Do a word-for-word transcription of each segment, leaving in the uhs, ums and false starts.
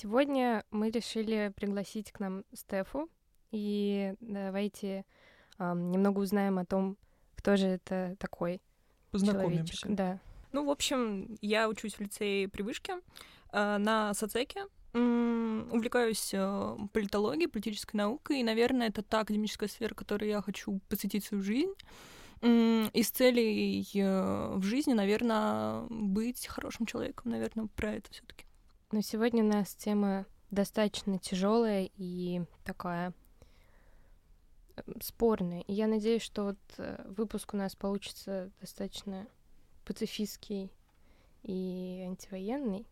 Сегодня мы решили пригласить к нам Стефу, и давайте ам, немного узнаем о том, кто же это такой Познакомимся. человечек. Да. Ну, в общем, я учусь в лицее при Вышке э, на соцеке. М, Увлекаюсь э, политологией, политической наукой, и, наверное, это та академическая сфера, которой я хочу посвятить свою жизнь. М, Из целей э, в жизни, наверное, быть хорошим человеком, наверное, про это все таки. Но сегодня у нас тема достаточно тяжелая и такая м, спорная. И я надеюсь, что вот э, выпуск у нас получится достаточно пацифистский и антивоенный.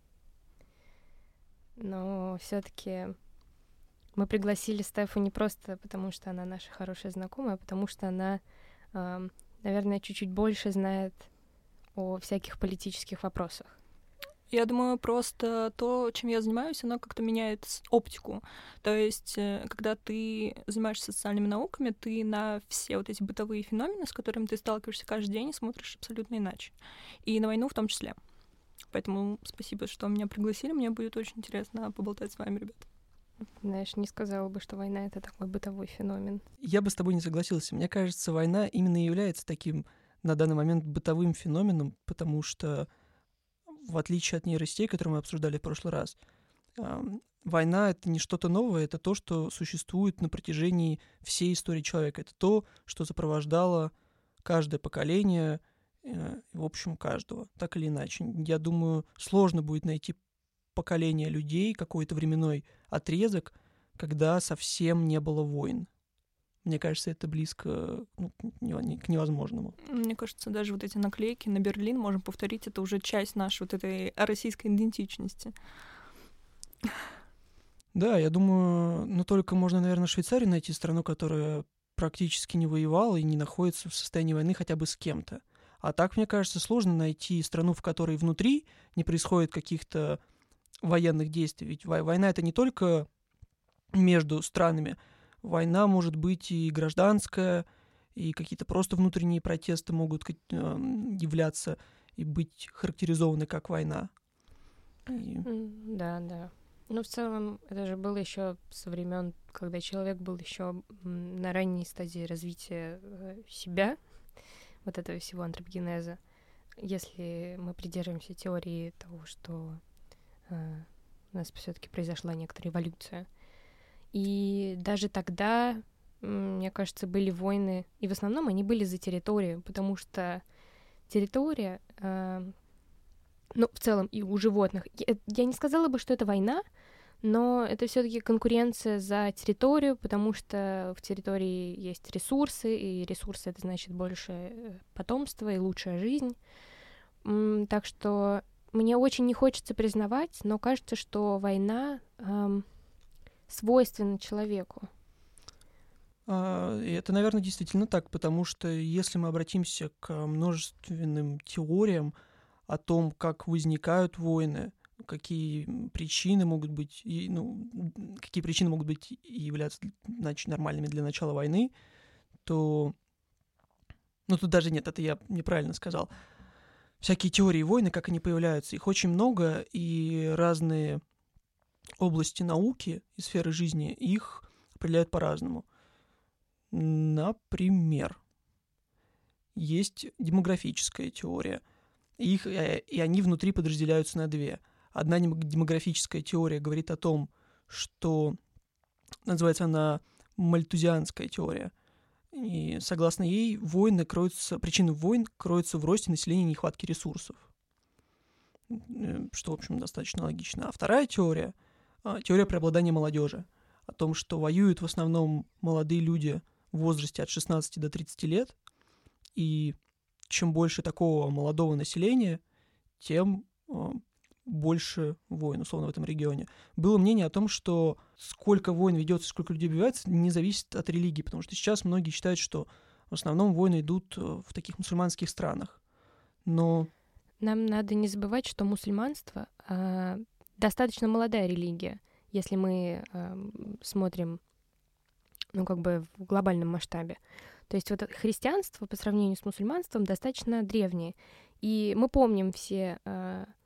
Но все-таки мы пригласили Стефу не просто потому, что она наша хорошая знакомая, а потому что она, эм, наверное, чуть-чуть больше знает о всяких политических вопросах. Я думаю, просто то, чем я занимаюсь, оно как-то меняет с- оптику. То есть, э, когда ты занимаешься социальными науками, ты на все вот эти бытовые феномены, с которыми ты сталкиваешься каждый день, смотришь абсолютно иначе. И на войну в том числе. Поэтому спасибо, что меня пригласили. Мне будет очень интересно поболтать с вами, ребят. Знаешь, не сказала бы, что война — это такой бытовой феномен. Я бы с тобой не согласился. Мне кажется, война именно и является таким на данный момент бытовым феноменом, потому что, в отличие от нейросетей, которые мы обсуждали в прошлый раз, ам, война — это не что-то новое, это то, что существует на протяжении всей истории человека. Это то, что сопровождало каждое поколение, э, в общем, каждого, так или иначе. Я думаю, сложно будет найти поколение людей, какой-то временной отрезок, когда совсем не было войн. Мне кажется, это близко ну, к невозможному. Мне кажется, даже вот эти наклейки на Берлин можем повторить, это уже часть нашей вот этой российской идентичности. Да, я думаю, но только можно, наверное, Швейцарию найти, страну, которая практически не воевала и не находится в состоянии войны хотя бы с кем-то. А так, мне кажется, сложно найти страну, в которой внутри не происходит каких-то военных действий. Ведь война — это не только между странами. Война может быть и гражданская, и какие-то просто внутренние протесты могут являться и быть характеризованы как война. И... Да, да. Ну, в целом, это же было еще со времен, когда человек был еще на ранней стадии развития себя, вот этого всего антропогенеза. Если мы придерживаемся теории того, что э, у нас все-таки произошла некоторая эволюция. И даже тогда, мне кажется, были войны, и в основном они были за территорию, потому что территория, э, ну, в целом и у животных, я, я не сказала бы, что это война, но это все-таки конкуренция за территорию, потому что в территории есть ресурсы, и ресурсы — это значит больше потомства и лучшая жизнь. Так что мне очень не хочется признавать, но кажется, что война эм, свойственна человеку. А, и это, наверное, действительно так, потому что если мы обратимся к множественным теориям о том, как возникают войны, какие причины могут быть, и, ну, какие причины могут быть и являться значит, нормальными для начала войны, то, ну тут даже нет, это я неправильно сказал. Всякие теории войны, как они появляются, их очень много, и разные области науки и сферы жизни их определяют по-разному. Например, есть демографическая теория, их, и они внутри подразделяются на две. Одна демографическая теория говорит о том, что называется она мальтузианская теория. И согласно ей, войны кроются, причины войн кроются в росте населения и нехватке ресурсов. Что, в общем, достаточно логично. А вторая теория, теория преобладания молодежи, о том, что воюют в основном молодые люди в возрасте от шестнадцати до тридцати лет, и чем больше такого молодого населения, тем больше войн, условно, в этом регионе. Было мнение о том, что сколько войн ведется, сколько людей убивается, не зависит от религии, потому что сейчас многие считают, что в основном войны идут в таких мусульманских странах. Но... Нам надо не забывать, что мусульманство э, достаточно молодая религия, если мы э, смотрим, ну, как бы в глобальном масштабе. То есть вот христианство по сравнению с мусульманством достаточно древнее. И мы помним все... Э,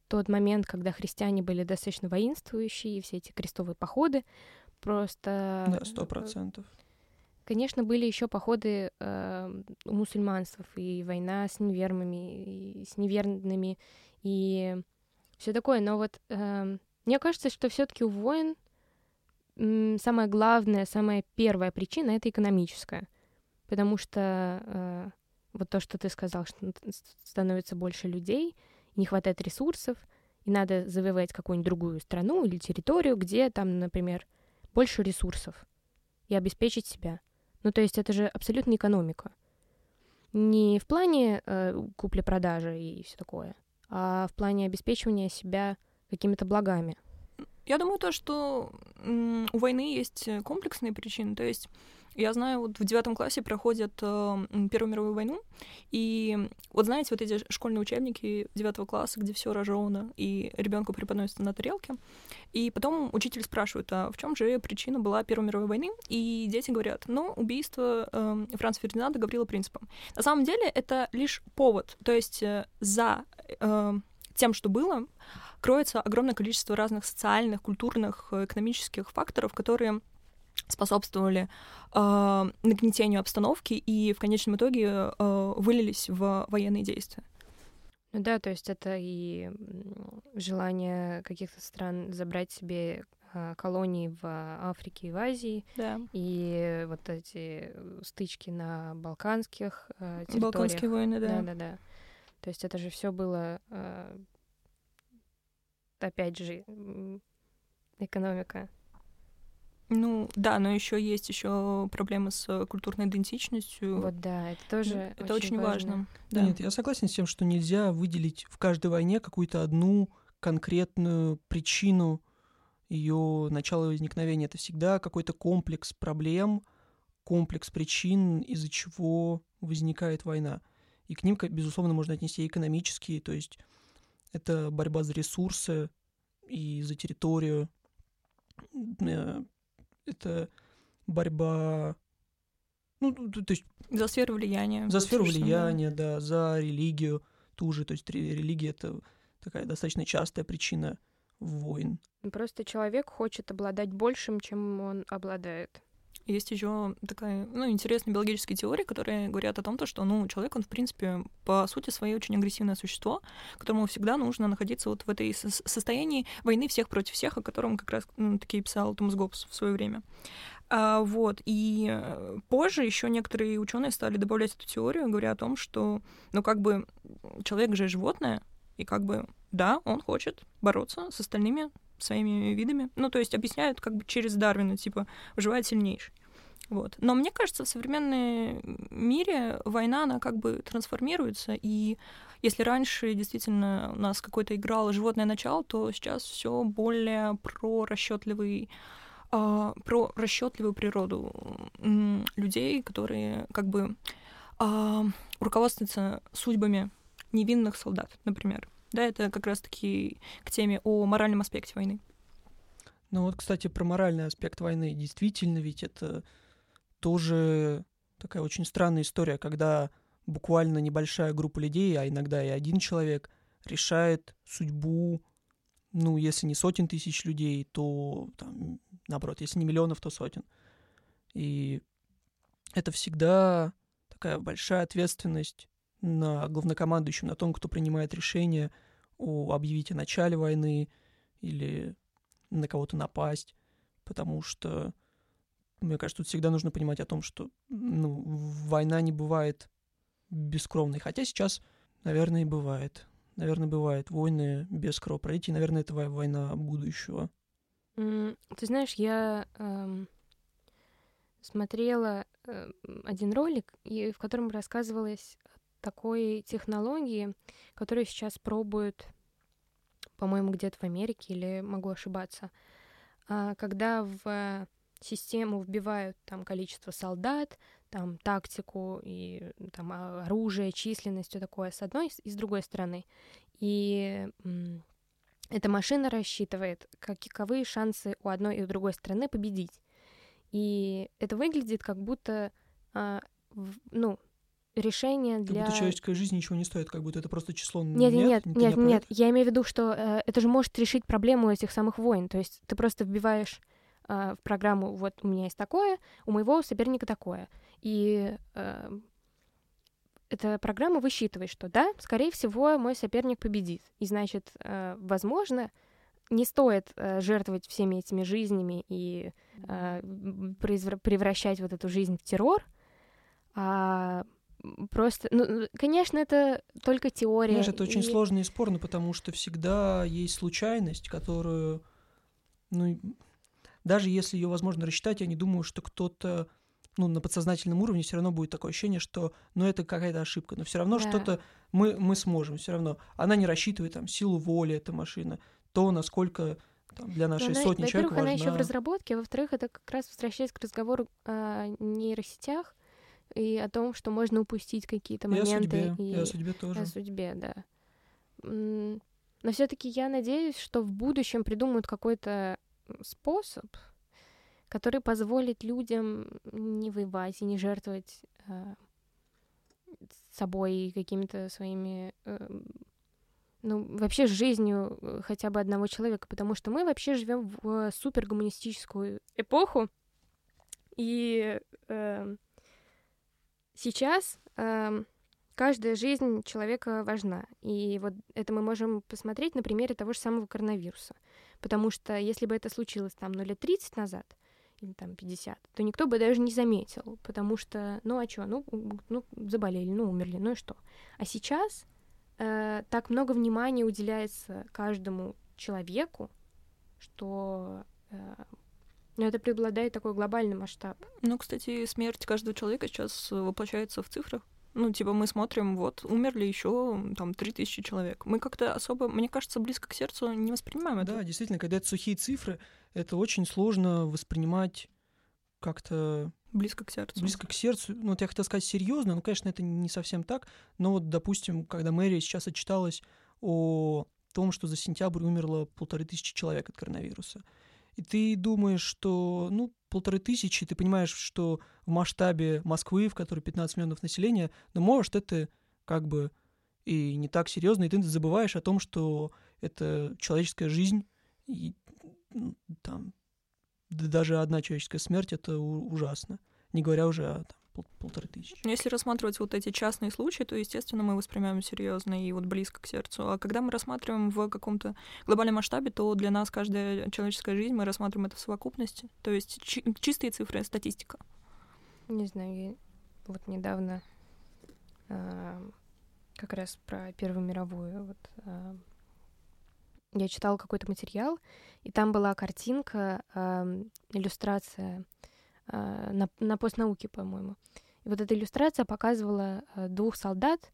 тот момент, когда христиане были достаточно воинствующие, и все эти крестовые походы, просто... Да, сто процентов. Конечно, были еще походы э, у мусульманцев, и война с неверными, и с неверными, и все такое. Но вот э, мне кажется, что все-таки у войн м, самая главная, самая первая причина — это экономическая. Потому что э, вот то, что ты сказал, что становится больше людей, не хватает ресурсов, и надо завоевать какую-нибудь другую страну или территорию, где там, например, больше ресурсов, и обеспечить себя. Ну, то есть это же абсолютно экономика. Не в плане э, купли-продажи и все такое, а в плане обеспечивания себя какими-то благами. Я думаю, то, что м, у войны есть комплексные причины. То есть я знаю, вот в девятом классе проходят э, Первую мировую войну, и вот знаете, вот эти школьные учебники девятого класса, где все разжевано, и ребенку преподносится на тарелке, и потом учитель спрашивает, а в чем же причина была Первой мировой войны, и дети говорят, ну, убийство э, Франца Фердинанда Гаврила Принципа. На самом деле это лишь повод, то есть э, за э, тем, что было, кроется огромное количество разных социальных, культурных, экономических факторов, которые способствовали э, нагнетению обстановки и в конечном итоге э, вылились в военные действия. Ну да, то есть это и желание каких-то стран забрать себе э, колонии в Африке и в Азии, Да. и вот эти стычки на балканских э, территориях. Балканские войны, да. Да-да-да. То есть это же все было, э, опять же, экономика. Ну да, но еще есть еще проблемы с культурной идентичностью. Вот да, это тоже это очень, очень важно. важно. Да. Нет, я согласен с тем, что нельзя выделить в каждой войне какую-то одну конкретную причину ее начала возникновения. Это всегда какой-то комплекс проблем, комплекс причин, из-за чего возникает война. И к ним, безусловно, можно отнести экономические, то есть это борьба за ресурсы и за территорию, это борьба, ну, то есть... За сферу влияния. За сферу влияния, да, за религию ту же. То есть религия — это такая достаточно частая причина войн. Просто человек хочет обладать большим, чем он обладает. Есть еще такая, ну, интересная биологическая теория, которая говорят о том, что, ну, человек, он, в принципе, по сути своей очень агрессивное существо, которому всегда нужно находиться вот в этой состоянии войны всех против всех, о котором как раз ну, таки писал Томас Гоббс в свое время. А, вот, и позже еще некоторые ученые стали добавлять эту теорию, говоря о том, что, ну, как бы, человек же животное, и как бы, да, он хочет бороться с остальными своими видами. Ну, то есть объясняют как бы через Дарвина, типа, выживает сильнейший. Вот. Но мне кажется, в современном мире война, она как бы трансформируется, и если раньше действительно у нас какое-то играло животное начало, то сейчас все более про расчетливый Uh, про расчетливую природу um, людей, которые как бы uh, руководствуются судьбами невинных солдат, например. Да, это как раз-таки к теме о моральном аспекте войны. Ну вот, кстати, про моральный аспект войны. Действительно, ведь это тоже такая очень странная история, когда буквально небольшая группа людей, а иногда и один человек, решает судьбу, ну, если не сотен тысяч людей, то, там, наоборот, если не миллионов, то сотен. И это всегда такая большая ответственность на главнокомандующем, на том, кто принимает решение о объявить о начале войны или на кого-то напасть, потому что, мне кажется, тут всегда нужно понимать о том, что ну, война не бывает бескровной, хотя сейчас, наверное, и бывает. Наверное, бывают войны без кровопролития, наверное, это война будущего. Mm, ты знаешь, я эм, смотрела э, один ролик, и в котором рассказывалось о такой технологии, которую сейчас пробуют, по-моему, где-то в Америке, или могу ошибаться, а, когда в систему вбивают там количество солдат, там тактику и там оружие, численность, все такое с одной и с другой стороны. И м, эта машина рассчитывает, каковы шансы у одной и у другой стороны победить. И это выглядит как будто, а, в, ну, решение Как для... будто человеческая жизнь ничего не стоит, как будто это просто число Нет, нет. нет, нет, нет, нет. Я имею в виду, что э, это же может решить проблему этих самых войн. То есть ты просто вбиваешь э, в программу, вот у меня есть такое, у моего соперника такое. И э, эта программа высчитывает, что да, скорее всего, мой соперник победит. И значит, э, возможно, не стоит э, жертвовать всеми этими жизнями и э, произвра- превращать вот эту жизнь в террор, а просто, ну, конечно, это только теория. Знаешь, это очень и... сложно и спорно, потому что всегда есть случайность, которую, ну, даже если ее возможно рассчитать, я не думаю, что кто-то, ну, на подсознательном уровне все равно будет такое ощущение, что, ну, это какая-то ошибка, но все равно Да. что-то мы, мы сможем, все равно. Она не рассчитывает там силу воли, эта машина, то, насколько там, для нашей она, сотни человек во-первых, она важна... еще в разработке, а во-вторых, это как раз возвращаясь к разговору о нейросетях и о том, что можно упустить какие-то моменты. И о судьбе, и... и о судьбе тоже. О судьбе, да. Но все-таки я надеюсь, что в будущем придумают какой-то способ, который позволит людям не воевать и не жертвовать э, собой и какими-то своими, э, ну, вообще жизнью хотя бы одного человека, потому что мы вообще живем в супергуманистическую эпоху, и э, сейчас э, каждая жизнь человека важна, и вот это мы можем посмотреть на примере того же самого коронавируса, потому что если бы это случилось там, ну, лет тридцать назад, или там пятьдесят, то никто бы даже не заметил, потому что, ну а чё, ну, ну заболели, ну умерли, ну и что. А сейчас э, так много внимания уделяется каждому человеку, что э, ну, это преобладает такой глобальный масштаб. Ну, кстати, смерть каждого человека сейчас воплощается в цифрах. Ну, типа, мы смотрим, вот, умерли еще там три тысячи человек. Мы как-то особо, мне кажется, близко к сердцу не воспринимаем это. Да, действительно, когда это сухие цифры, это очень сложно воспринимать как-то... Близко к сердцу. Близко к сердцу. Ну, вот я хотел сказать серьезно, но, конечно, это не совсем так. Но вот, допустим, когда мэрия сейчас отчиталась о том, что за сентябрь умерло полторы тысячи человек от коронавируса, и ты думаешь, что, ну, полторы тысячи, ты понимаешь, что в масштабе Москвы, в которой пятнадцать миллионов населения, ну, может, это как бы и не так серьезно, и ты забываешь о том, что это человеческая жизнь, и ну, там даже одна человеческая смерть — это ужасно, не говоря уже о там, пол- полторы тысячи. Если рассматривать вот эти частные случаи, то, естественно, мы воспринимаем серьезно и вот близко к сердцу. А когда мы рассматриваем в каком-то глобальном масштабе, то для нас каждая человеческая жизнь, мы рассматриваем это в совокупности. То есть чи- чистые цифры, статистика. Не знаю, я вот недавно э, как раз про Первую мировую вот, э, я читала какой-то материал, и там была картинка, э, иллюстрация э, на, на постнауке, по-моему. И вот эта иллюстрация показывала э, двух солдат,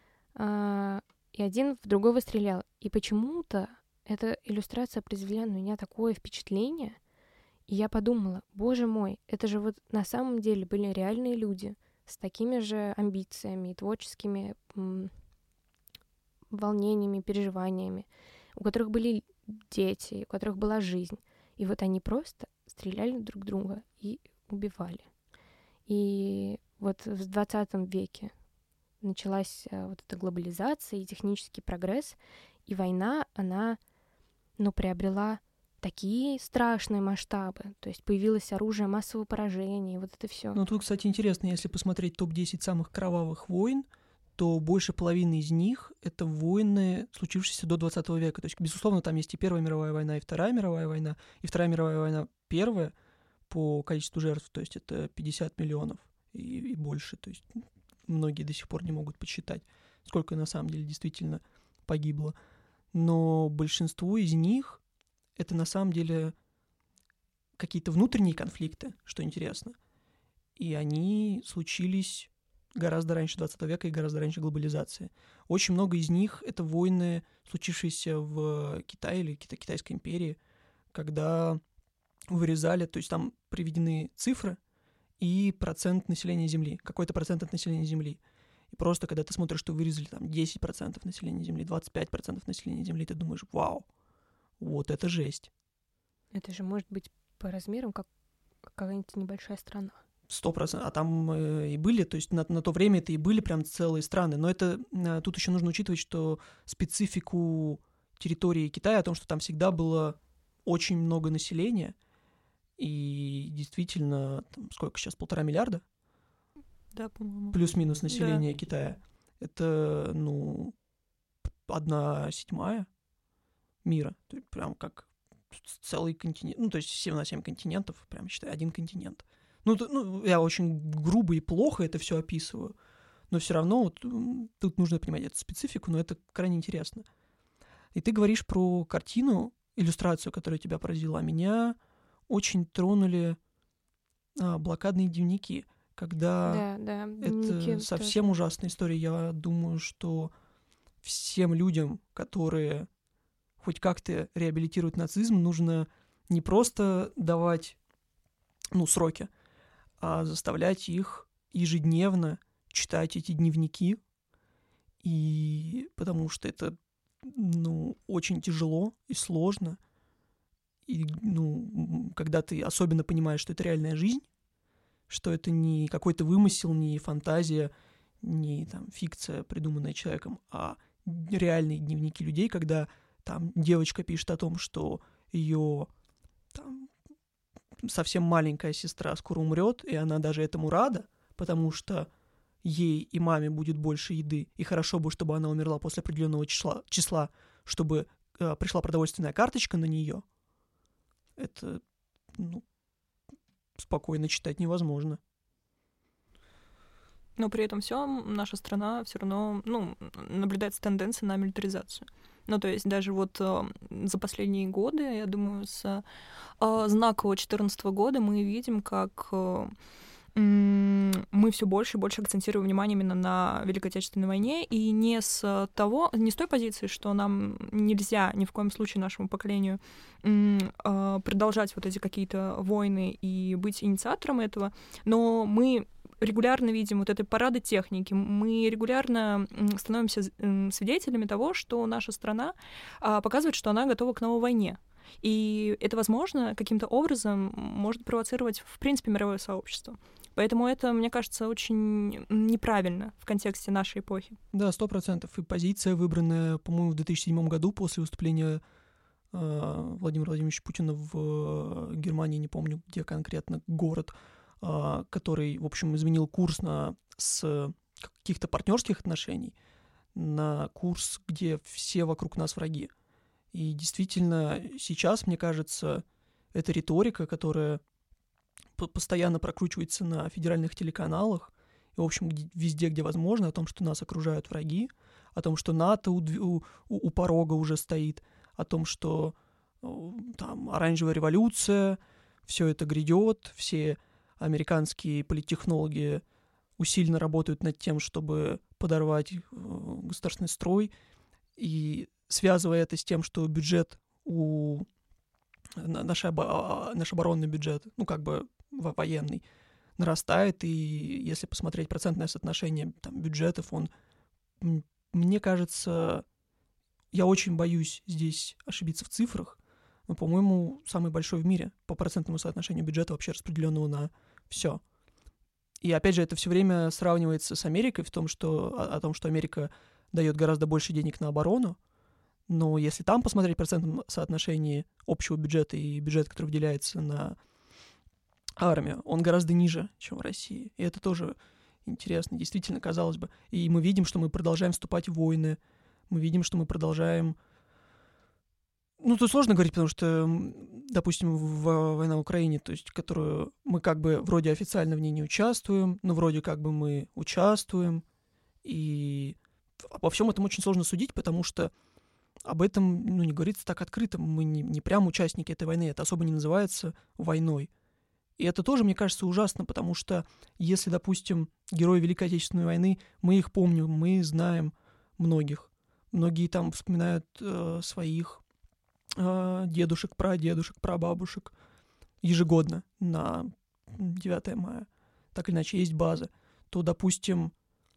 э, и один в другого стрелял. И почему-то эта иллюстрация произвела на меня такое впечатление, и я подумала, боже мой, это же вот на самом деле были реальные люди с такими же амбициями, творческими м, волнениями, переживаниями, у которых были дети, у которых была жизнь. И вот они просто стреляли друг друга и убивали. И вот в двадцатом веке началась вот эта глобализация и технический прогресс, и война, она, ну, приобрела такие страшные масштабы. То есть появилось оружие массового поражения, и вот это все. Ну, тут, кстати, интересно, если посмотреть топ десять самых кровавых войн, то больше половины из них — это войны, случившиеся до двадцатого века. То есть, безусловно, там есть и Первая мировая война, и Вторая мировая война. И Вторая мировая война первая по количеству жертв, то есть это пятьдесят миллионов и, и больше. То есть многие до сих пор не могут подсчитать, сколько на самом деле действительно погибло. Но большинство из них — это на самом деле какие-то внутренние конфликты, что интересно. И они случились гораздо раньше двадцатого века и гораздо раньше глобализации. Очень много из них — это войны, случившиеся в Китае или Кита- Китайской империи, когда вырезали, то есть там приведены цифры и процент населения Земли, какой-то процент от населения Земли. И просто когда ты смотришь, что вырезали там десять процентов населения Земли, двадцать пять процентов населения Земли, ты думаешь, вау, вот это жесть. Это же может быть по размерам как какая-нибудь небольшая страна. Сто процентов. А там э, и были, то есть на, на то время это и были прям целые страны. Но это э, тут еще нужно учитывать, что специфику территории Китая, о том, что там всегда было очень много населения, и действительно, там, сколько сейчас, полтора миллиарда? Да, по-моему. Плюс-минус население Да. Китая. Это, ну, одна седьмая мира. То есть прям как целый континент. Ну, то есть семь на семь континентов, прям считай, один континент. Ну, то, ну, я очень грубо и плохо это все описываю, но все равно вот, тут нужно понимать эту специфику, но это крайне интересно. И ты говоришь про картину, иллюстрацию, которая тебя поразила. Меня очень тронули а, блокадные дневники, когда Да, да, это дневники совсем тоже. ужасная история. Я думаю, что всем людям, которые хоть как-то реабилитируют нацизм, нужно не просто давать, ну, сроки, а заставлять их ежедневно читать эти дневники, и потому что это, ну, очень тяжело и сложно, и, ну, когда ты особенно понимаешь, что это реальная жизнь, что это не какой-то вымысел, не фантазия, не там фикция, придуманная человеком, а реальные дневники людей, когда там девочка пишет о том, что ее там совсем маленькая сестра скоро умрет, и она даже этому рада, потому что ей и маме будет больше еды, и хорошо бы, чтобы она умерла после определенного числа, числа чтобы э, пришла продовольственная карточка на нее. Это, ну, спокойно читать невозможно. Но при этом всем наша страна все равно, ну, наблюдается тенденция на милитаризацию. Ну, то есть даже вот э, за последние годы, я думаю, с э, знакового две тысячи четырнадцатого года мы видим, как э, мы все больше и больше акцентируем внимание именно на Великой Отечественной войне, и не с того, не с той позиции, что нам нельзя ни в коем случае нашему поколению э, продолжать вот эти какие-то войны и быть инициатором этого, но мы регулярно видим вот этой парады техники, мы регулярно становимся свидетелями того, что наша страна показывает, что она готова к новой войне. И это, возможно, каким-то образом может провоцировать, в принципе, мировое сообщество. Поэтому это, мне кажется, очень неправильно в контексте нашей эпохи. Да, сто процентов. И позиция, выбранная, по-моему, в две тысячи седьмом году после выступления э, Владимира Владимировича Путина в Германии, не помню, где конкретно город, который, в общем, изменил курс на, с каких-то партнерских отношений на курс, где все вокруг нас враги. И действительно, сейчас, мне кажется, эта риторика, которая постоянно прокручивается на федеральных телеканалах, и, в общем, везде, где возможно, о том, что нас окружают враги, о том, что НАТО у, у, у порога уже стоит, о том, что там оранжевая революция, все это грядет, все американские политтехнологи усиленно работают над тем, чтобы подорвать государственный строй, и связывая это с тем, что бюджет у... Наш, обо... наш оборонный бюджет, ну, как бы военный, нарастает, и если посмотреть процентное соотношение там, бюджетов, он, мне кажется, я очень боюсь здесь ошибиться в цифрах, но, по-моему, самый большой в мире по процентному соотношению бюджета, вообще распределенного на все. И опять же, это все время сравнивается с Америкой в том, что, о, о том, что Америка дает гораздо больше денег на оборону, но если там посмотреть в процентном соотношении общего бюджета и бюджета, который выделяется на армию, он гораздо ниже, чем в России. И это тоже интересно, действительно, казалось бы. И мы видим, что мы продолжаем вступать в войны, мы видим, что мы продолжаем... Ну, тут сложно говорить, потому что, допустим, в война в Украине, то есть, которую мы как бы вроде официально в ней не участвуем, но вроде как бы мы участвуем, и обо всем этом очень сложно судить, потому что об этом, ну, не говорится так открыто, мы не, не прям участники этой войны, это особо не называется войной. И это тоже, мне кажется, ужасно, потому что если, допустим, герои Великой Отечественной войны, мы их помним, мы знаем многих, многие там вспоминают э, своих дедушек, прадедушек, прабабушек ежегодно на девятое мая, так или иначе есть база, то, допустим,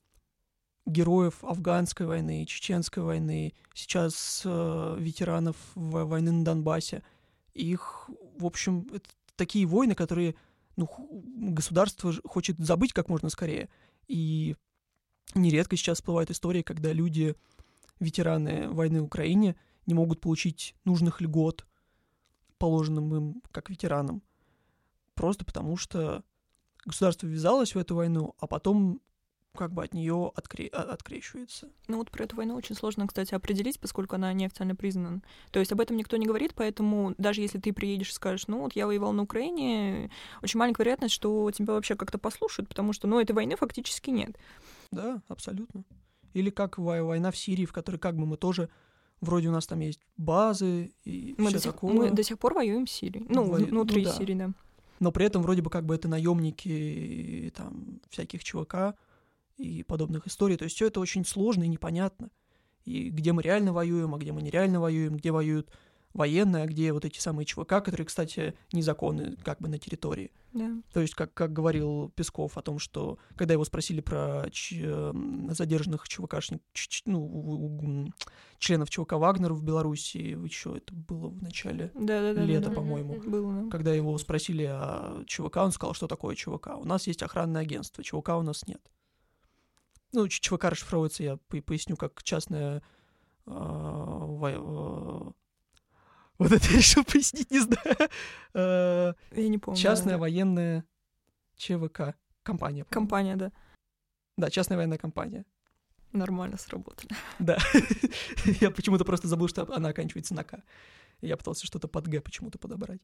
героев афганской войны, чеченской войны, сейчас э, ветеранов войны на Донбассе, их, в общем, это такие войны, которые ну, государство хочет забыть как можно скорее. И нередко сейчас всплывают истории, когда люди, ветераны войны в Украине, не могут получить нужных льгот, положенным им как ветеранам, просто потому что государство ввязалось в эту войну, а потом как бы от нее откре... открещивается. Ну вот про эту войну очень сложно, кстати, определить, поскольку она неофициально признана. То есть об этом никто не говорит, поэтому даже если ты приедешь и скажешь, ну вот я воевал на Украине, очень маленькая вероятность, что тебя вообще как-то послушают, потому что, ну, этой войны фактически нет. Да, абсолютно. Или как война в Сирии, в которой как бы мы тоже, вроде у нас там есть базы и мы все до сих, такое. Мы до сих пор воюем в Сирии. Ну, Во... внутри ну, да. Сирии, да. Но при этом вроде бы как бы это наемники там всяких ЧВК и подобных историй. То есть все это очень сложно и непонятно. И где мы реально воюем, а где мы нереально воюем, где воюют военные, а где вот эти самые ЧВК, которые, кстати, незаконны как бы на территории. Да. То есть, как, как говорил Песков о том, что когда его спросили про ч... задержанных ЧВКшников, ч... ну, членов ЧВК Вагнера в Беларуси, еще это было в начале да, да, да, лета, да, да. по-моему. Было, да. Когда его спросили о ЧВК, он сказал, что такое ЧВК. У нас есть охранное агентство, ЧВК у нас нет. Ну, ЧВК расшифровывается, я поясню, как частная... Э, во... э, вот это я решил пояснить, не знаю. Э, я не помню. Частная да. военная ЧВК. Компания. По-моему. Компания, да. Да, частная военная компания. Нормально сработали. Да. Я почему-то просто забыл, что она оканчивается на К. Я пытался что-то под Г почему-то подобрать.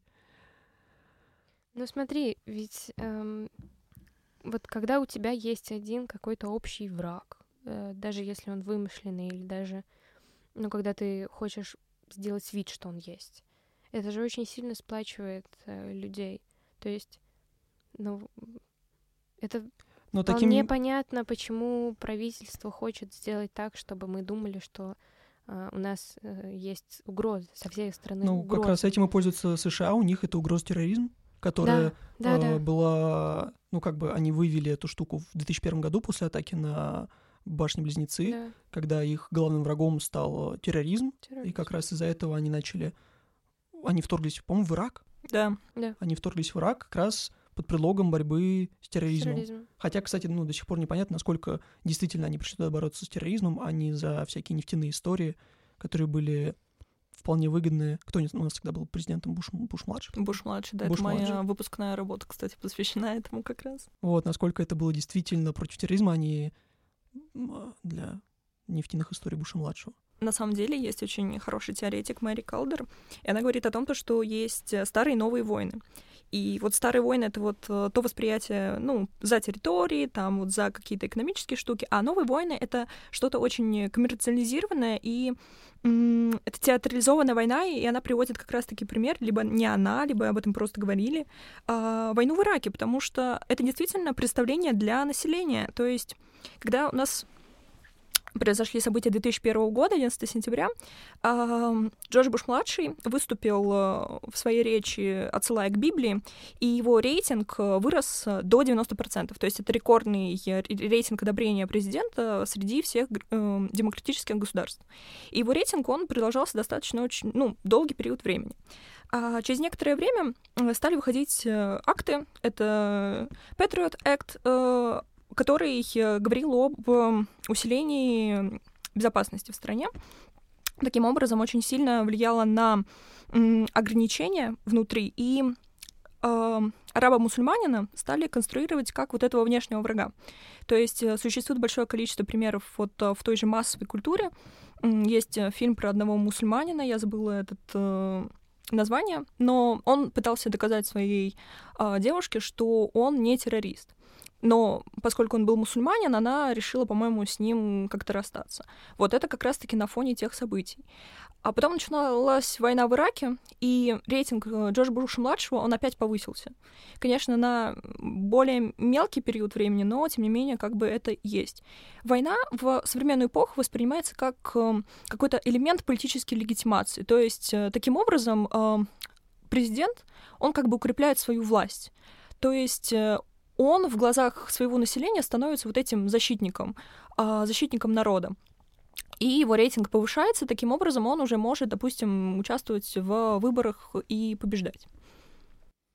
Ну смотри, ведь эм, вот когда у тебя есть один какой-то общий враг, э, даже если он вымышленный, или даже, ну, когда ты хочешь сделать вид, что он есть, это же очень сильно сплачивает э, людей. То есть, ну, это Но вполне таким... понятно, почему правительство хочет сделать так, чтобы мы думали, что э, у нас э, есть угрозы со всей страны. Ну, угрозы. как раз этим и пользуются США, у них это угроза терроризм, которая да, да, э, да. была... Ну, как бы они вывели эту штуку в две тысячи первом году после атаки на башни-близнецы, Да. когда их главным врагом стал терроризм, Терроризм. и как раз из-за этого они начали... Они вторглись, по-моему, в Ирак. Да. Да. Они вторглись в Ирак как раз под предлогом борьбы с терроризмом. Терроризм. Хотя, кстати, ну, до сих пор непонятно, насколько действительно они пришли туда бороться с терроризмом, а не за всякие нефтяные истории, которые были вполне выгодны. Кто у нас тогда был президентом? Буш, Буш-младший? Буш-младший, да. Буш-младший. Это моя выпускная работа, кстати, посвящена этому как раз. Вот, насколько это было действительно против терроризма, а не для нефтяных историй Буша-младшего. На самом деле есть очень хороший теоретик Мэри Калдер, и она говорит о том, что есть старые и новые войны. И вот старые войны — это вот то восприятие, ну, за территории, там вот за какие-то экономические штуки, а новые войны — это что-то очень коммерциализированное, и м- это театрализованная война, и она приводит как раз-таки пример, либо не она, либо об этом просто говорили, а, войну в Ираке, потому что это действительно представление для населения. То есть, когда у нас произошли события две тысячи первого года, одиннадцатого сентября, Джордж Буш-младший выступил в своей речи, отсылая к Библии, и его рейтинг вырос до девяноста процентов. То есть это рекордный рейтинг одобрения президента среди всех демократических государств. И его рейтинг, он продолжался достаточно очень, ну, долгий период времени. А через некоторое время стали выходить акты. Это Patriot Act, который говорил об усилении безопасности в стране. Таким образом, очень сильно влияло на м, ограничения внутри, и э, арабо-мусульманина стали конструировать как вот этого внешнего врага. То есть существует большое количество примеров вот в той же массовой культуре. Есть фильм про одного мусульманина, я забыла этот... Э, название, но он пытался доказать своей э, девушке, что он не террорист. Но поскольку он был мусульманин, она решила, по-моему, с ним как-то расстаться. Вот это как раз-таки на фоне тех событий. А потом начиналась война в Ираке, и рейтинг Джорджа Буша-младшего, он опять повысился. Конечно, на более мелкий период времени, но, тем не менее, как бы это есть. Война в современную эпоху воспринимается как какой-то элемент политической легитимации. То есть, таким образом, президент, он как бы укрепляет свою власть. То есть он в глазах своего населения становится вот этим защитником, защитником народа. И его рейтинг повышается, таким образом он уже может, допустим, участвовать в выборах и побеждать.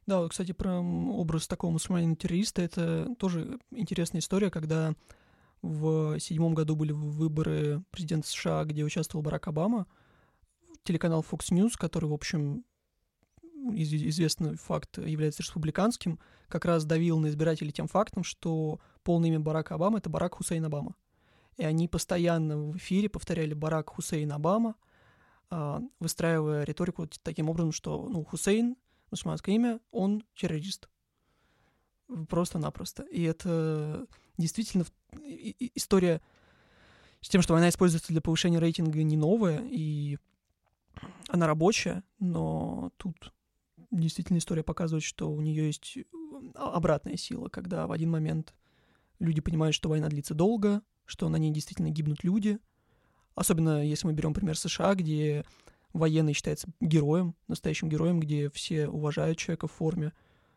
Да, кстати, про образ такого мусульманина-террориста, это тоже интересная история, когда в седьмом году были выборы президента США, где участвовал Барак Обама, телеканал Fox News, который, в общем, известный факт, является республиканским, как раз давил на избирателей тем фактом, что полное имя Барака Обамы — это Барак Хусейн Обама. И они постоянно в эфире повторяли «Барак Хусейн Обама», выстраивая риторику таким образом, что ну, Хусейн, мусульманское имя, он террорист. Просто-напросто. И это действительно история с тем, что война используется для повышения рейтинга, не новая, и она рабочая, но тут действительно история показывает, что у нее есть обратная сила, когда в один момент люди понимают, что война длится долго, что на ней действительно гибнут люди. Особенно если мы берем пример США, где военный считается героем, настоящим героем, где все уважают человека в форме.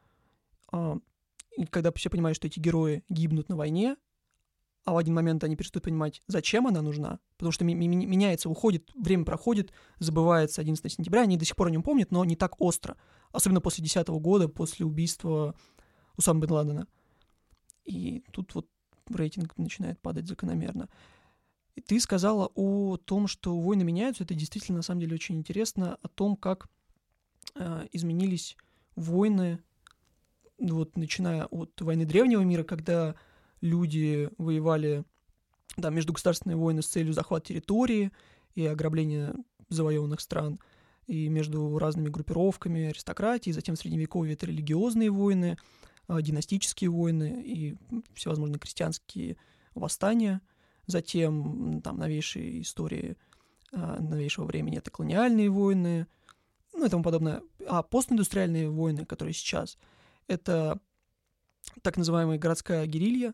И когда все понимают, что эти герои гибнут на войне, а в один момент они перестают понимать, зачем она нужна, потому что меняется, уходит, время проходит, забывается одиннадцатого сентября, они до сих пор о нем помнят, но не так остро. Особенно после две тысячи десятого года, после убийства Усамы бен Ладена. И тут вот рейтинг начинает падать закономерно. И ты сказала о том, что войны меняются. Это действительно, на самом деле, очень интересно. О том, как э, изменились войны, вот, начиная от войны древнего мира, когда люди воевали, да, междугосударственные войны с целью захвата территории и ограбления завоеванных стран, и между разными группировками аристократии, затем в Средневековье это религиозные войны, э, династические войны и всевозможные крестьянские восстания. Затем там новейшие истории э, новейшего времени — это колониальные войны, ну и тому подобное. А постиндустриальные войны, которые сейчас, это так называемая городская герилья.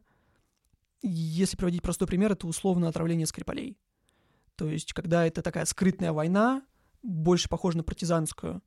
Если приводить простой пример, это условно отравление Скрипалей. То есть когда это такая скрытная война, больше похожа на партизанскую,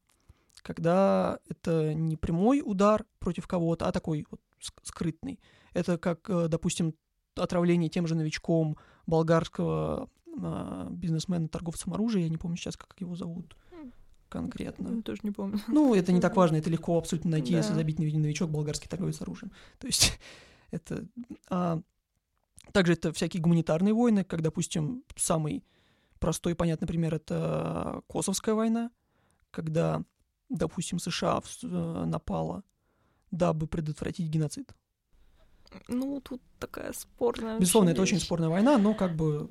когда это не прямой удар против кого-то, а такой вот скрытный. Это как, допустим, отравление тем же новичком болгарского а, бизнесмена, торговцем оружия, я не помню сейчас, как его зовут конкретно. Я тоже не помню. Ну, это не так важно, это легко абсолютно найти, Да. если забить новичок, болгарский торговец оружием. То есть это... А, также это всякие гуманитарные войны, как, допустим, самый простой и понятный пример — это Косовская война, когда, допустим, США напала, дабы предотвратить геноцид. Ну, тут такая спорная... Безусловно, это вещь. очень спорная война, но как бы...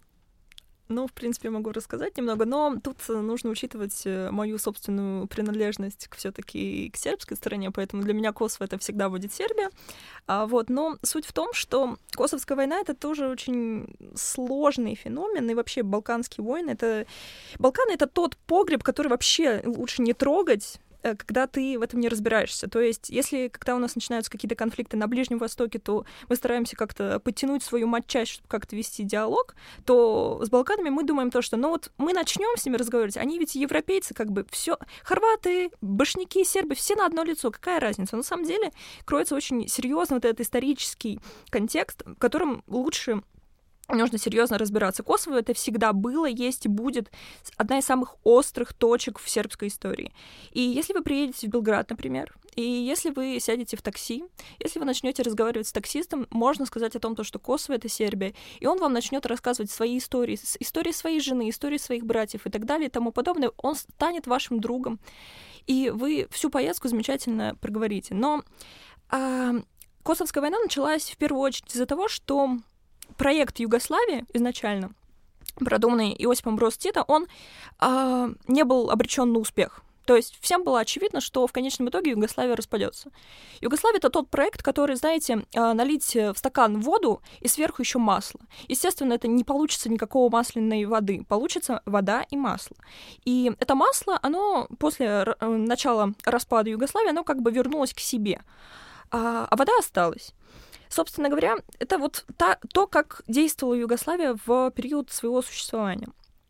Ну, в принципе, я могу рассказать немного, но тут нужно учитывать мою собственную принадлежность к все-таки к сербской стороне, поэтому для меня Косово — это всегда будет Сербия. А, вот, но суть в том, что Косовская война — это тоже очень сложный феномен, и вообще Балканские войны — это... Балканы — это тот погреб, который вообще лучше не трогать, когда ты в этом не разбираешься. То есть, если когда у нас начинаются какие-то конфликты на Ближнем Востоке, то мы стараемся как-то подтянуть свою матчасть, чтобы как-то вести диалог, то с Балканами мы думаем то, что ну вот мы начнем с ними разговаривать, они ведь европейцы, как бы все, хорваты, башняки, сербы, все на одно лицо, какая разница? Но на самом деле кроется очень серьезно вот этот исторический контекст, в котором лучше нужно серьезно разбираться. Косово — это всегда было, есть и будет одна из самых острых точек в сербской истории. И если вы приедете в Белград, например, и если вы сядете в такси, если вы начнете разговаривать с таксистом, можно сказать о том, что Косово — это Сербия, и он вам начнет рассказывать свои истории, истории своей жены, истории своих братьев и так далее и тому подобное. Он станет вашим другом, и вы всю поездку замечательно проговорите. Но а, Косовская война началась в первую очередь из-за того, что проект Югославии изначально, продуманный Иосипом Брос Тито, он э, не был обречен на успех. То есть всем было очевидно, что в конечном итоге Югославия распадется. Югославия — это тот проект, который, знаете, э, налить в стакан воду и сверху еще масло. Естественно, это не получится никакого масляной воды, получится вода и масло. И это масло, оно после э, начала распада Югославии, оно как бы вернулось к себе, а, а вода осталась. Собственно говоря, это вот та, то, как действовала Югославия в период своего существования.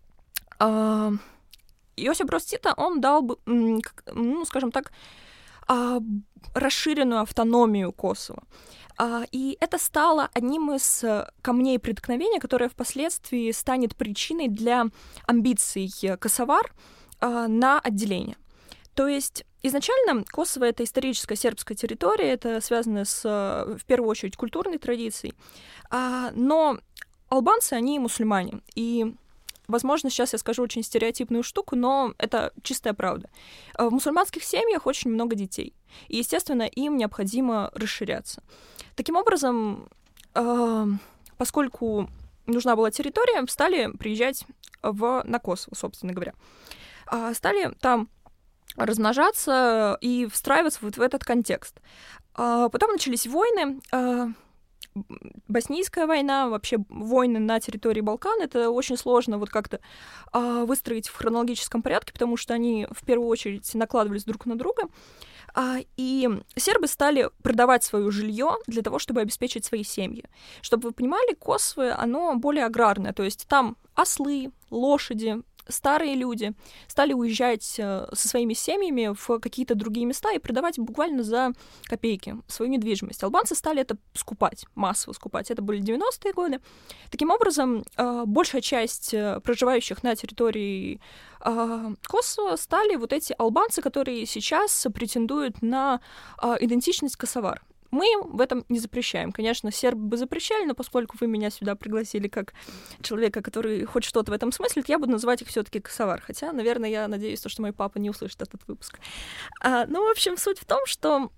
Иосип Брос Тито, он дал, ну, скажем так, расширенную автономию Косово. И это стало одним из камней преткновения, которое впоследствии станет причиной для амбиций косовар на отделение. То есть изначально Косово — это историческая сербская территория, это связано с, в первую очередь, культурной традицией, а, но албанцы, они мусульмане, и, возможно, сейчас я скажу очень стереотипную штуку, но это чистая правда. В мусульманских семьях очень много детей, и, естественно, им необходимо расширяться. Таким образом, э, поскольку нужна была территория, стали приезжать в, на Косово, собственно говоря. А, стали там размножаться и встраиваться вот в этот контекст. А, потом начались войны, а, Боснийская война, вообще войны на территории Балкан. Это очень сложно вот как-то а, выстроить в хронологическом порядке, потому что они в первую очередь накладывались друг на друга. А, и сербы стали продавать свое жилье для того, чтобы обеспечить свои семьи. Чтобы вы понимали, Косово, оно более аграрное, то есть там ослы, лошади, старые люди стали уезжать со своими семьями в какие-то другие места и продавать буквально за копейки свою недвижимость. Албанцы стали это скупать, массово скупать. Это были девяностые годы. Таким образом, большая часть проживающих на территории Косово стали вот эти албанцы, которые сейчас претендуют на идентичность косовар. Мы в этом не запрещаем. Конечно, сербы бы запрещали, но поскольку вы меня сюда пригласили как человека, который хоть что-то в этом смыслит, я буду называть их все-таки косовар. Хотя, наверное, я надеюсь, что мой папа не услышит этот выпуск. А, ну, в общем, суть в том, что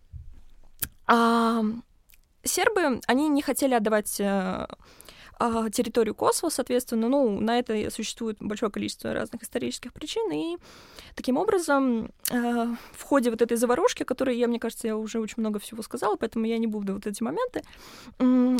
а, сербы, они не хотели отдавать а, а, территорию Косово, соответственно, ну, на это существует большое количество разных исторических причин, и таким образом, э, в ходе вот этой заварушки, которой я, мне кажется, я уже очень много всего сказала, поэтому я не буду вот эти моменты, э,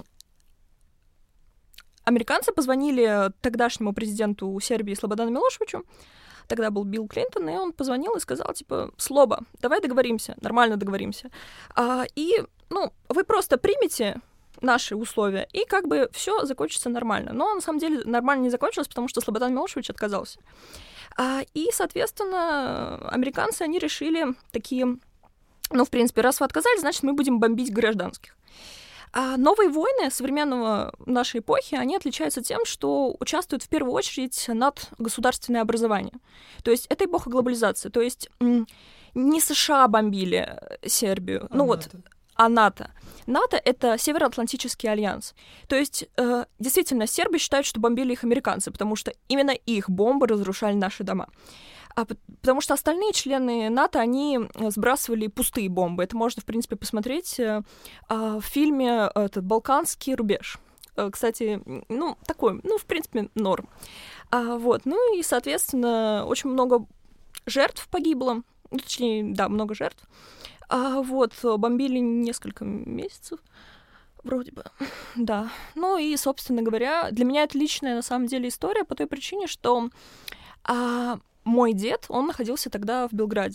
американцы позвонили тогдашнему президенту Сербии Слободану Милошевичу, тогда был Билл Клинтон, и он позвонил и сказал, типа, Слоба, давай договоримся, нормально договоримся. А, и, ну, вы просто примете наши условия, и как бы все закончится нормально. Но на самом деле нормально не закончилось, потому что Слободан Милошевич отказался. А, и, соответственно, американцы, они решили такие, ну, в принципе, раз вы отказались, значит, мы будем бомбить гражданских. А новые войны современного нашей эпохи, они отличаются тем, что участвуют в первую очередь надгосударственное образование. То есть это эпоха глобализации. То есть не США бомбили Сербию, а ну НАТО. вот, а НАТО. НАТО — это Североатлантический альянс. То есть, э, действительно, сербы считают, что бомбили их американцы, потому что именно их бомбы разрушали наши дома. А, потому что остальные члены НАТО, они сбрасывали пустые бомбы. Это можно, в принципе, посмотреть э, э, в фильме этот, «Балканский рубеж». Э, кстати, ну, такой, ну, в принципе, норм. А, вот. Ну и, соответственно, очень много жертв погибло. Ну, точнее, да, много жертв. А, вот, бомбили несколько месяцев, вроде бы, да. Ну и, собственно говоря, для меня это личная, на самом деле, история по той причине, что а, мой дед, он находился тогда в Белграде,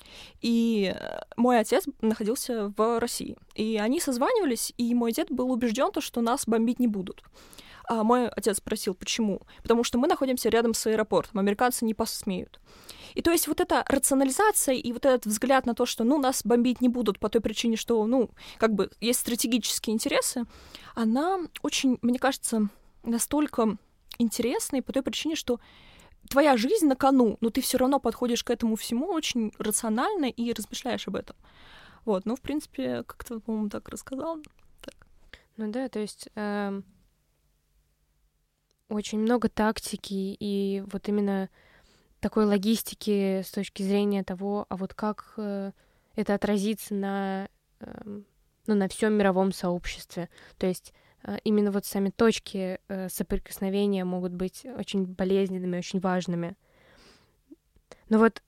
и мой отец находился в России. И они созванивались, и мой дед был убежден, что нас бомбить не будут. А мой отец спросил, почему? Потому что мы находимся рядом с аэропортом, американцы не посмеют. И то есть вот эта рационализация и вот этот взгляд на то, что, ну, нас бомбить не будут по той причине, что, ну, как бы есть стратегические интересы, она очень, мне кажется, настолько интересной по той причине, что твоя жизнь на кону, но ты все равно подходишь к этому всему очень рационально и размышляешь об этом. Вот, ну, в принципе, как-то, по-моему, так рассказала. Так. Ну да, то есть эм, очень много тактики и вот именно такой логистики с точки зрения того, а вот как э, это отразится на, э, ну, на всем мировом сообществе. То есть э, именно вот сами точки э, соприкосновения могут быть очень болезненными, очень важными. Но вот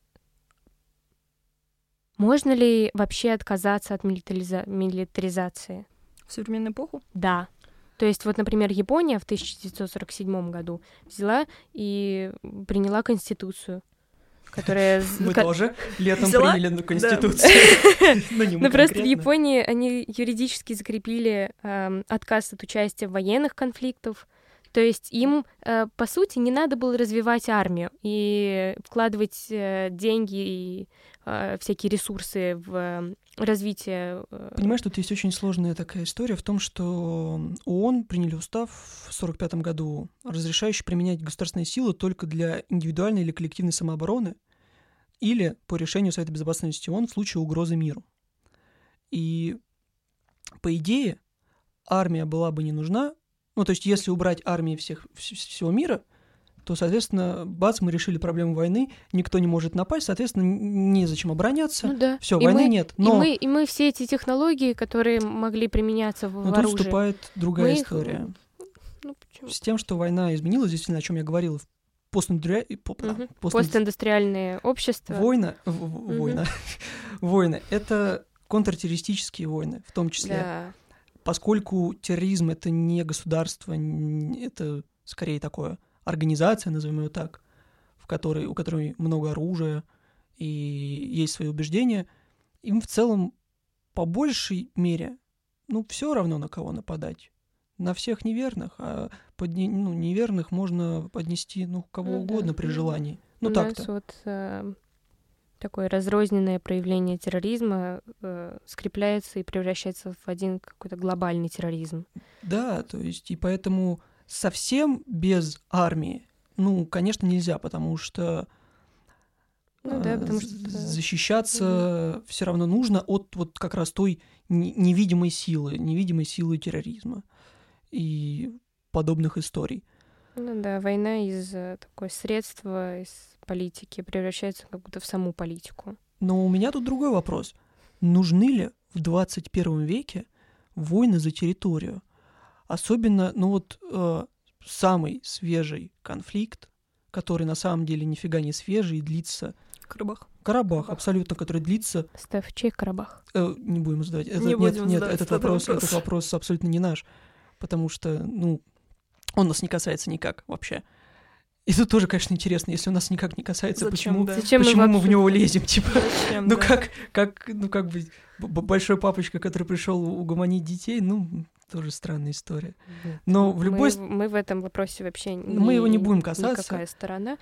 можно ли вообще отказаться от милитариза- милитаризации? В современную эпоху? Да. То есть вот, например, Япония в тысяча девятьсот сорок седьмом году взяла и приняла конституцию, которая... Мы тоже летом взяла? приняли конституцию. Ну просто в Японии они юридически закрепили отказ от участия в военных конфликтах. То есть им, по сути, не надо было развивать армию и вкладывать деньги и всякие ресурсы в развитие... Понимаешь, тут есть очень сложная такая история в том, что ООН приняли устав в сорок пятом году, разрешающий применять государственные силы только для индивидуальной или коллективной самообороны. или по решению Совета Безопасности ООН в случае угрозы миру. И, по идее, армия была бы не нужна. Ну, то есть, если убрать армии всех, всего мира, то, соответственно, бац, мы решили проблему войны, никто не может напасть, соответственно, незачем обороняться. Ну да. Все, И войны мы, нет. Но... И, мы, и мы все эти технологии, которые могли применяться в, Но в тут оружии... вступает другая мы история. Их... Ну, почему? С тем, что война изменилась, действительно, о чем я говорил, в постиндустри... Угу. пост... постиндустриальное общество. Война, угу. война, войны — это контртеррористические войны, в том числе. Да. Поскольку терроризм — это не государство, это скорее такое организация, назовем ее так, в которой, у которой много оружия и есть свои убеждения, им в целом по большей мере, ну, все равно на кого нападать. На всех неверных, а под ну, неверных можно поднести, ну, кого ну, угодно да. при желании. Ну, у так-то. нас вот э, такое разрозненное проявление терроризма э, скрепляется и превращается в один какой-то глобальный терроризм. Да, то есть, и поэтому совсем без армии, ну, конечно, нельзя, потому что, ну, да, потому что... защищаться угу. все равно нужно от вот как раз той невидимой силы, невидимой силы терроризма и подобных историй. Ну да, война из такой средства, из политики превращается как будто в саму политику. Но у меня тут другой вопрос. Нужны ли в двадцать первом веке войны за территорию? Особенно, ну вот, э, самый свежий конфликт, который на самом деле нифига не свежий и длится... Карабах. Карабах, абсолютно, который длится... Стеф, чей Карабах? Э, не будем задавать. Это, не нет, будем нет, задавать этот вопрос, вопрос. этот вопрос абсолютно не наш, потому что, ну, он нас не касается никак вообще. И тут тоже, конечно, интересно, если он нас никак не касается, Зачем, почему, да? Зачем почему мы, мы вообще... в него лезем, типа? Зачем, ну да? как, как, ну как бы большой папочка, который пришел угомонить детей, ну тоже странная история. Нет. Но в любой... Мы, мы в этом вопросе вообще не, мы его не будем касаться. Никакая сторона.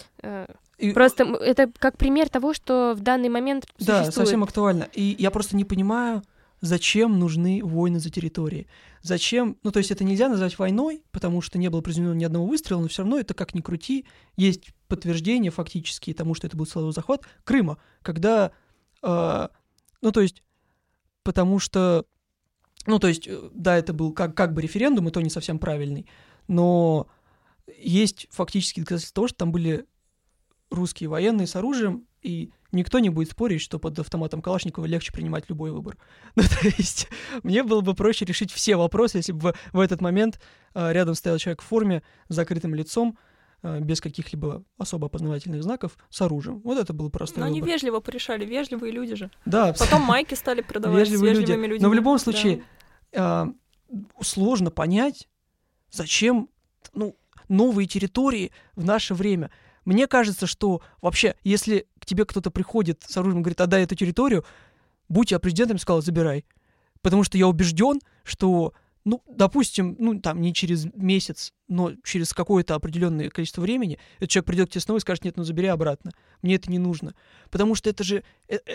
И... Просто это как пример того, что в данный момент да, существует. совсем актуально. И я просто не понимаю, зачем нужны войны за территории. Зачем? Ну, то есть это нельзя назвать войной, потому что не было произведено ни одного выстрела, но все равно это, как ни крути, есть подтверждение фактически тому, что это был силовой захват Крыма, когда, э, ну, то есть, потому что, ну, то есть, да, это был как, как бы референдум, и то не совсем правильный, но есть фактически доказательства того, что там были русские военные с оружием, и никто не будет спорить, что под автоматом Калашникова легче принимать любой выбор. Ну, то есть, мне было бы проще решить все вопросы, если бы в этот момент э, рядом стоял человек в форме, с закрытым лицом, э, без каких-либо особо опознавательных знаков, с оружием. Вот это был простой Но выбор. они вежливо порешали, вежливые люди же. Да. Потом майки стали продавать с вежливыми людьми. Но в любом случае, да. э, сложно понять, зачем, ну, новые территории в наше время. Мне кажется, что вообще, если к тебе кто-то приходит с оружием и говорит, отдай эту территорию, будь я президентом, сказал, забирай. Потому что я убежден, что, ну, допустим, ну, там, не через месяц, но через какое-то определенное количество времени этот человек придет к тебе снова и скажет, нет, ну, забери обратно. Мне это не нужно. Потому что это же...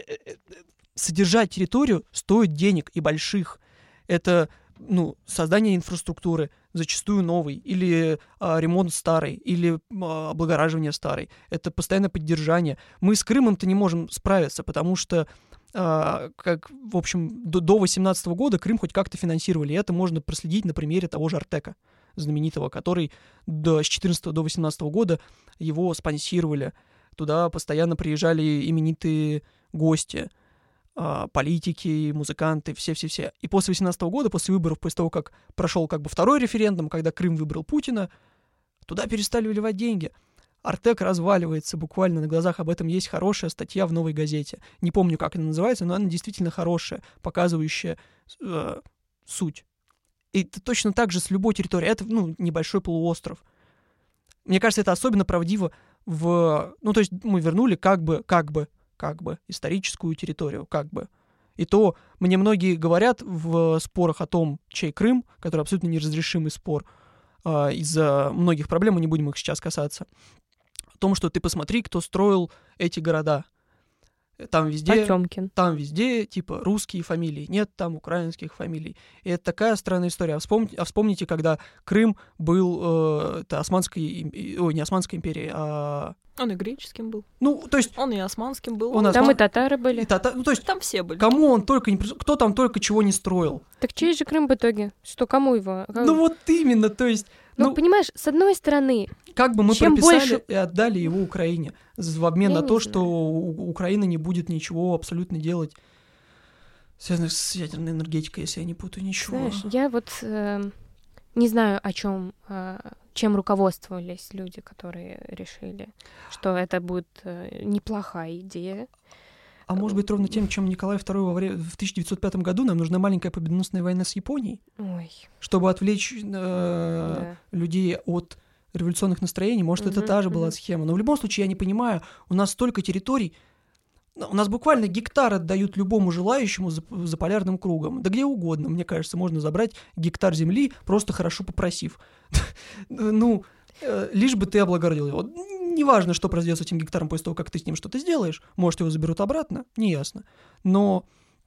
Содержать территорию стоит денег и больших. Это... ну, создание инфраструктуры, зачастую новой, или а, ремонт старой, или а, облагораживание старой. Это постоянное поддержание. Мы с Крымом-то не можем справиться, потому что, а, как, в общем, до, до восемнадцатого года Крым хоть как-то финансировали. И это можно проследить на примере того же Артека знаменитого, который до, с четырнадцатого до восемнадцатого года его спонсировали. Туда постоянно приезжали именитые гости, политики, музыканты, все-все-все. И после восемнадцатого года, после выборов, после того, как прошел как бы второй референдум, когда Крым выбрал Путина, туда перестали выливать деньги. Артек разваливается буквально на глазах. Об этом есть хорошая статья в «Новой газете». Не помню, как она называется, но она действительно хорошая, показывающая э, суть. И точно так же с любой территорией. Это, ну, небольшой полуостров. Мне кажется, это особенно правдиво в... Ну, то есть мы вернули как бы, как бы, как бы, историческую территорию, как бы. И то мне многие говорят в спорах о том, чей Крым, который абсолютно неразрешимый спор, э, из-за многих проблем, мы не будем их сейчас касаться, о том, что ты посмотри, кто строил эти города. Там везде... Потёмкин. Там везде, типа, русские фамилии, нет там украинских фамилий. И это такая странная история. А вспомните, а вспомните когда Крым был... Э, это Османской... Ой, не Османской империи, а... Он и греческим был. Ну, то есть... Он и османским был. Он Там осман... и татары были. И тата... ну, то есть, там все были. Кому он только не... Кто там только чего не строил? Так чей же Крым в итоге? Что, кому его? Ну вот именно, то есть... Ну, ну, понимаешь, с одной стороны... Как бы мы чем прописали больше... и отдали его Украине в обмен Я на то, знаю. что Украина не будет ничего абсолютно делать, связанных с ядерной энергетикой, если я не путаю ничего. Знаешь, я вот э, не знаю, о чем, э, чем руководствовались люди, которые решили, что это будет э, неплохая идея. А может быть, ровно тем, чем Николай второй во время... в тысяча девятьсот пятом году нам нужна маленькая победоносная война с Японией, Ой, чтобы отвлечь э, да. людей от революционных настроений. Может, это Мгм, та же была мгм. схема. Но в любом случае, я не понимаю, у нас столько территорий, у нас буквально гектар отдают любому желающему за, за полярным кругом. Да где угодно, мне кажется, можно забрать гектар земли, просто хорошо попросив. Ну, э, лишь бы ты облагородил его. Неважно, что произойдет с этим гектаром после того, как ты с ним что-то сделаешь. Может, его заберут обратно, неясно. Но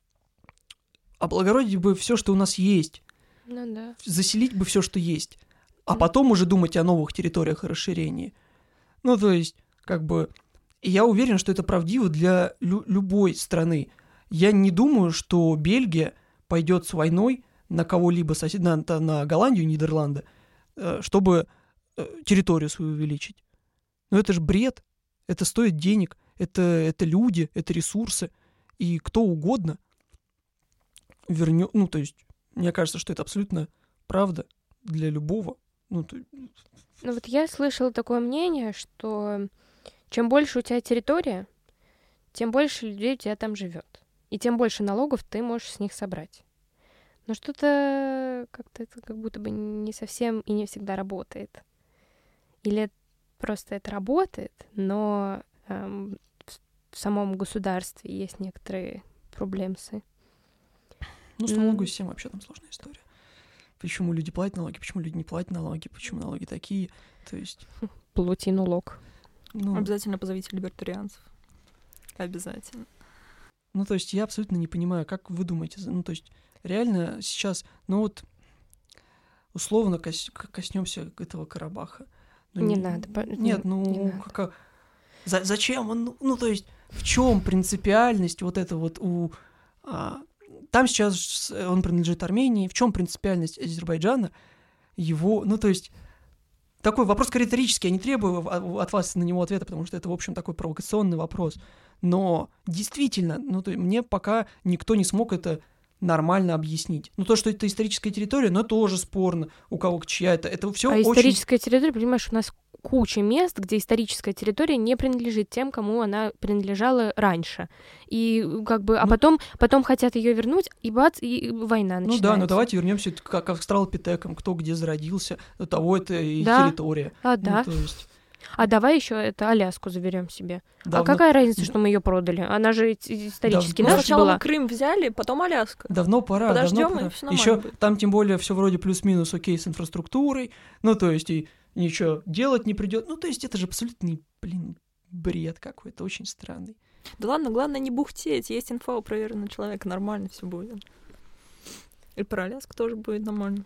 облагородить бы все, что у нас есть. Ну да. Заселить бы все, что есть. А Мгм. потом уже думать о новых территориях и расширении. Ну, то есть, как бы... И я уверен, что это правдиво для лю- любой страны. Я не думаю, что Бельгия пойдет с войной на кого-либо сосед... на, на- на Голландию, Нидерланды, э, чтобы э, территорию свою увеличить. Но это же бред. Это стоит денег. Это, это люди, это ресурсы. И кто угодно вернет... Ну, то есть, мне кажется, что это абсолютно правда для любого. Ну, то... Ну вот я слышала такое мнение, что чем больше у тебя территория, тем больше людей у тебя там живет. И тем больше налогов ты можешь с них собрать. Но что-то как-то это как будто бы не совсем и не всегда работает. Или просто это работает, но эм, в, в самом государстве есть некоторые проблемсы. Ну, с М. налоговой системой вообще там сложная история. Почему люди платят налоги, почему люди не платят налоги, почему налоги такие. То есть, Плати налог. ну, Обязательно позовите либертарианцев. Обязательно. ну, то есть я абсолютно не понимаю, как вы думаете, ну, то есть реально сейчас, ну вот, условно кос- коснемся этого Карабаха. Ну, Не надо, по- Нет, не- ну, не надо. как- за- зачем он, ну, ну, то есть в чем принципиальность вот это вот у... а, там сейчас он принадлежит Армении, в чем принципиальность Азербайджана, его, ну, то есть такой вопрос скорее риторический, я не требую в- от вас на него ответа, потому что это, в общем, такой провокационный вопрос. Но действительно, ну, то, мне пока никто не смог это нормально объяснить. Ну, то, что это историческая территория, но тоже спорно, у кого чья это. Это все А очень... историческая территория, понимаешь, у нас куча мест, где историческая территория не принадлежит тем, кому она принадлежала раньше. И как бы, а Ну- потом, потом хотят ее вернуть, и бац, и война начинается. Ну да, но давайте вернемся к, к австралопитекам, кто где зародился, у того это и Да. территория. А, Ну, да. то есть А давай еще это Аляску заберем себе. А давно, какая разница, да. что мы ее продали? Она же и- исторически Да, Ну, наша сначала была. мы Крым взяли, потом Аляска. давно пора, Подождем, давно и пора. всё нормально Еще будет. там тем более все вроде плюс-минус окей с инфраструктурой, ну то есть и ничего делать не придет. Ну то есть это же абсолютный, блин, бред какой-то, очень странный. Да ладно, главное не бухтеть. Есть инфа у проверенного человека, нормально все будет. И про Аляску тоже будет нормально.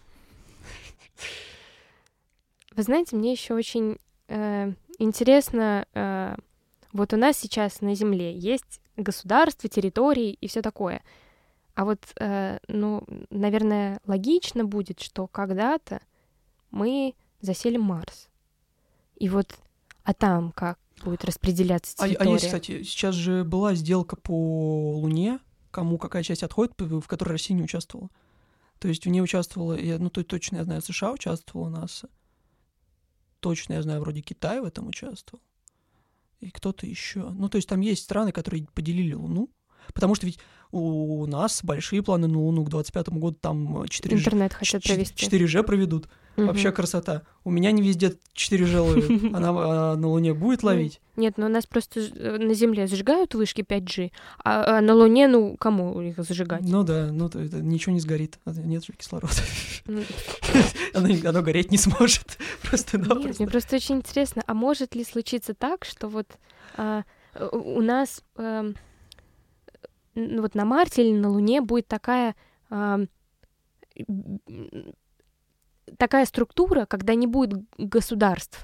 Вы знаете, мне еще очень э, интересно, э, вот у нас сейчас на Земле есть государство, территории и все такое. А вот, э, ну, наверное, логично будет, что когда-то мы заселим Марс. И вот, а там как будет распределяться А, а территория? есть, кстати, сейчас же была сделка по Луне, кому какая часть отходит, в которой Россия не участвовала. То есть в ней участвовала, я, ну то точно я знаю, США участвовала, НАСА. Точно я знаю, вроде Китай в этом участвовал. И кто-то еще. Ну, то есть там есть страны, которые поделили Луну. Потому что ведь у нас большие планы на Луну к двадцать пятому году, там четыре джи, Интернет хотят провести. четыре джи проведут. Мгм. Вообще красота. У меня не везде четыре джи ловит. Она а, на Луне будет Ну, ловить? Нет, но у нас просто ж- э, на Земле зажигают вышки пять джи, а, а на Луне, ну, кому их зажигать? Ну да, ну то это ничего не сгорит. Нет же кислорода. Ну, Оно, оно гореть не сможет. Просто Нет, напросто. мне просто очень интересно, а может ли случиться так, что вот а, у у нас эм, н- вот на Марсе или на Луне будет такая ам, м, такая структура, когда не будет г- государств,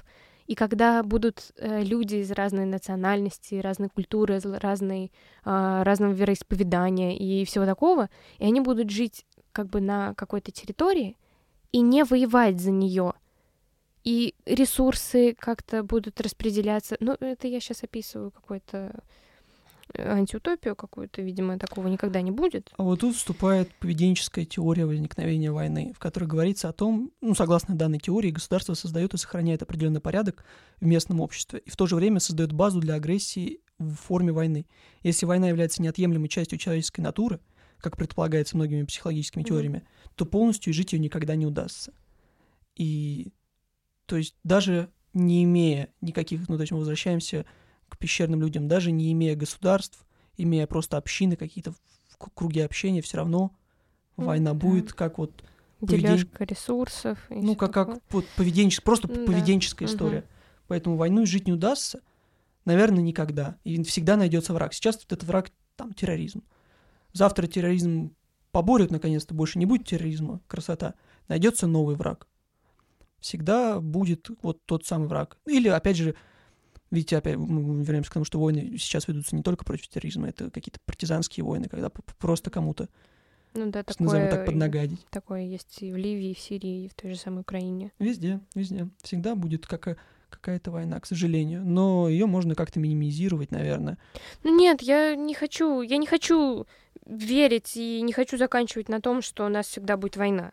И когда будут э, люди из разной национальности, разной культуры, из разной, э, разного вероисповедания и всего такого, и они будут жить как бы на какой-то территории и не воевать за нее, и ресурсы как-то будут распределяться. Ну, это я сейчас описываю какой-то антиутопию какую-то, видимо, такого никогда не будет. А вот тут вступает поведенческая теория возникновения войны, в которой говорится о том, ну, согласно данной теории, государство создает и сохраняет определенный порядок в местном обществе и в то же время создает базу для агрессии в форме войны. Если война является неотъемлемой частью человеческой натуры, как предполагается многими психологическими теориями, mm-hmm. то полностью жить ее никогда не удастся. И, то есть, даже не имея никаких, ну, то есть мы возвращаемся к пещерным людям, даже не имея государств, имея просто общины, какие-то круги общения, все равно mm-hmm. война будет как вот... Дележка поведен... ресурсов. Ну, как, как вот поведенческая, просто mm-hmm. поведенческая mm-hmm. история. Поэтому войну жить не удастся, наверное, никогда. И всегда найдется враг. Сейчас вот этот враг, там, терроризм. Завтра терроризм поборют, наконец-то, больше не будет терроризма, красота. Найдется новый враг. Всегда будет вот тот самый враг. Или, опять же, видите, опять мы вернемся к тому, что войны сейчас ведутся не только против терроризма, это какие-то партизанские войны, когда просто кому-то, ну, да, такое, назовем так, поднагадить. Такое есть и в Ливии, и в Сирии, и в той же самой Украине. Везде, везде. Всегда будет какая- какая-то война, к сожалению. Но ее можно как-то минимизировать, наверное. Ну нет, я не хочу, я не хочу верить и не хочу заканчивать на том, что у нас всегда будет война.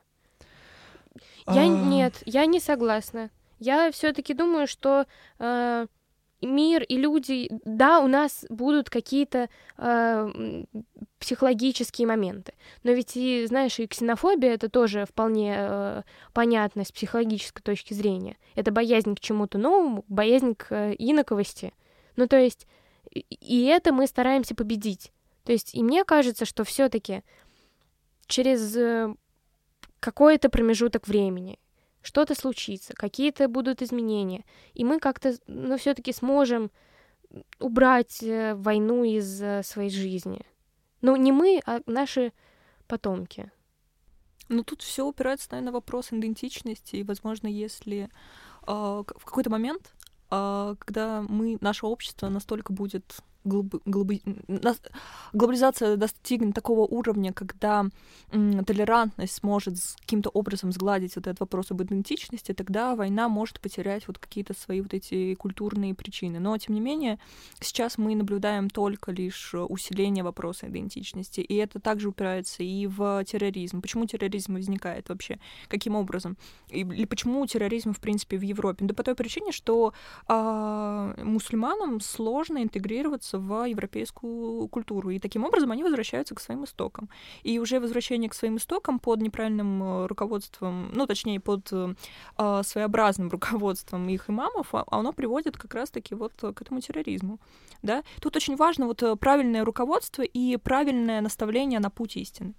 Я А... нет, я не согласна. Я все-таки думаю, что э, мир и люди, да, у нас будут какие-то э, психологические моменты, но ведь и, знаешь, и ксенофобия это тоже вполне э, понятно с психологической точки зрения. Это боязнь к чему-то новому, боязнь к э, инаковости. Ну то есть и, и это мы стараемся победить. То есть и мне кажется, что все-таки через э, какой-то промежуток времени что-то случится, какие-то будут изменения, и мы как-то, ну, все-таки сможем убрать э, войну из э, своей жизни. Ну, не мы, а наши потомки. Ну, тут все упирается, наверное, в вопрос идентичности, и, возможно, если э, в какой-то момент, э, когда мы, наше общество настолько будет Глоб... Глоб... глобализация достигнет такого уровня, когда м, толерантность сможет каким-то образом сгладить вот этот вопрос об идентичности, тогда война может потерять вот какие-то свои вот эти культурные причины. Но, тем не менее, сейчас мы наблюдаем только лишь усиление вопроса идентичности, и это также упирается и в терроризм. Почему терроризм возникает вообще? Каким образом? Или почему терроризм, в принципе, в Европе? Да по той причине, что а, мусульманам сложно интегрироваться в европейскую культуру. И таким образом они возвращаются к своим истокам. И уже возвращение к своим истокам под неправильным руководством, ну, точнее, под э, своеобразным руководством их имамов, оно приводит как раз-таки вот к этому терроризму. Да? Тут очень важно вот правильное руководство и правильное наставление на путь истины.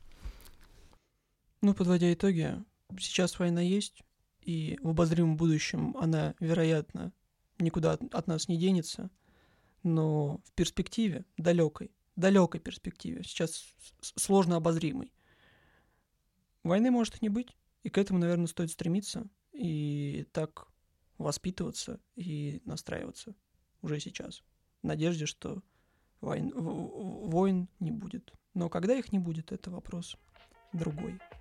Ну, подводя итоги, сейчас война есть, и в обозримом будущем она, вероятно, никуда от, от нас не денется. Но в перспективе, далекой, далекой перспективе, сейчас сложно обозримой, войны может и не быть, и к этому, наверное, стоит стремиться, и так воспитываться и настраиваться уже сейчас, в надежде, что войн, войн не будет. Но когда их не будет, это вопрос другой.